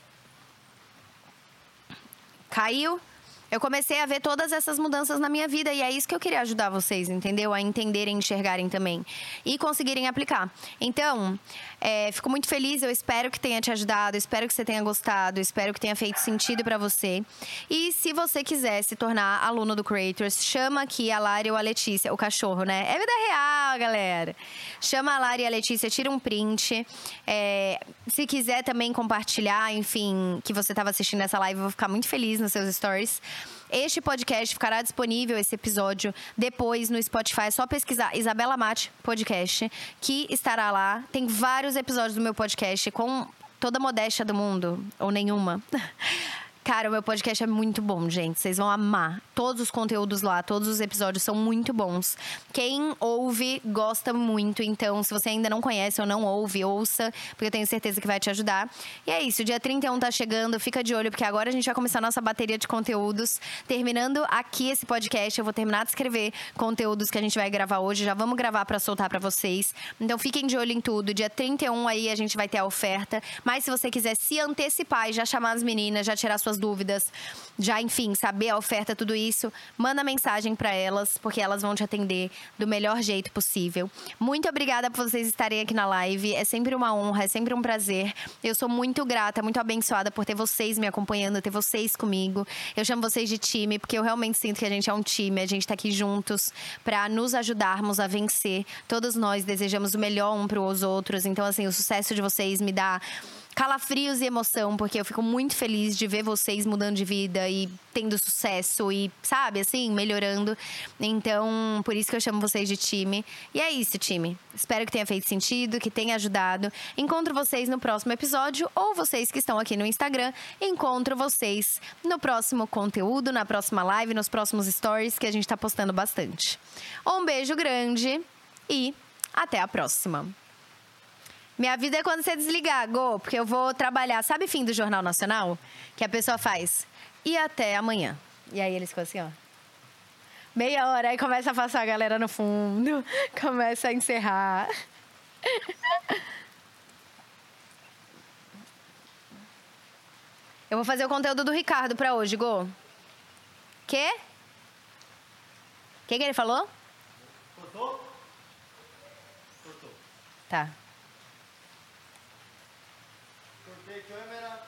Caiu? Eu comecei a ver todas essas mudanças na minha vida. E é isso que eu queria ajudar vocês, entendeu? A entenderem, enxergarem também. E conseguirem aplicar. Então, fico muito feliz. Eu espero que tenha te ajudado. Espero que você tenha gostado. Espero que tenha feito sentido pra você. E se você quiser se tornar aluno do Creators, chama aqui a Lari ou a Letícia. O cachorro, né? É vida real, galera. Chama a Lari e a Letícia, tira um print. Se quiser também compartilhar, enfim, que você estava assistindo essa live, eu vou ficar muito feliz nos seus stories. Este podcast ficará disponível, esse episódio, depois no Spotify. É só pesquisar Isabela Mate Podcast, que estará lá. Tem vários episódios do meu podcast com toda a modéstia do mundo, ou nenhuma. Cara, o meu podcast é muito bom, gente. Vocês vão amar. Todos os conteúdos lá, todos os episódios são muito bons. Quem ouve, gosta muito. Então, se você ainda não conhece ou não ouve, ouça, porque eu tenho certeza que vai te ajudar. E é isso, dia 31 tá chegando. Fica de olho, porque agora a gente vai começar a nossa bateria de conteúdos. Terminando aqui esse podcast, eu vou terminar de escrever conteúdos que a gente vai gravar hoje. Já vamos gravar pra soltar pra vocês. Então, fiquem de olho em tudo. Dia 31 aí a gente vai ter a oferta. Mas se você quiser se antecipar e já chamar as meninas, já tirar suas dúvidas, já, enfim, saber a oferta, tudo isso, manda mensagem pra elas, porque elas vão te atender do melhor jeito possível. Muito obrigada por vocês estarem aqui na live. É sempre uma honra, é sempre um prazer. Eu sou muito grata, muito abençoada por ter vocês me acompanhando, ter vocês comigo. Eu chamo vocês de time, porque eu realmente sinto que a gente é um time, a gente tá aqui juntos pra nos ajudarmos a vencer. Todos nós desejamos o melhor um pros outros. Então, assim, o sucesso de vocês me dá calafrios e emoção, porque eu fico muito feliz de ver vocês mudando de vida e tendo sucesso e, sabe, assim, melhorando. Então, por isso que eu chamo vocês de time. E é isso, time. Espero que tenha feito sentido, que tenha ajudado. Encontro vocês no próximo episódio, ou vocês que estão aqui no Instagram, encontro vocês no próximo conteúdo, na próxima live, nos próximos stories, que a gente tá postando bastante. Um beijo grande e até a próxima. Minha vida é quando você desligar, Go, porque eu vou trabalhar. Sabe fim do Jornal Nacional? Que a pessoa faz. E até amanhã. E aí eles ficam assim, ó. Meia hora, aí começa a passar a galera no fundo. Começa a encerrar. Eu vou fazer o conteúdo do Ricardo pra hoje, Gô. Quê? O que ele falou? Cortou? Cortou. Tá. Cortei câmera.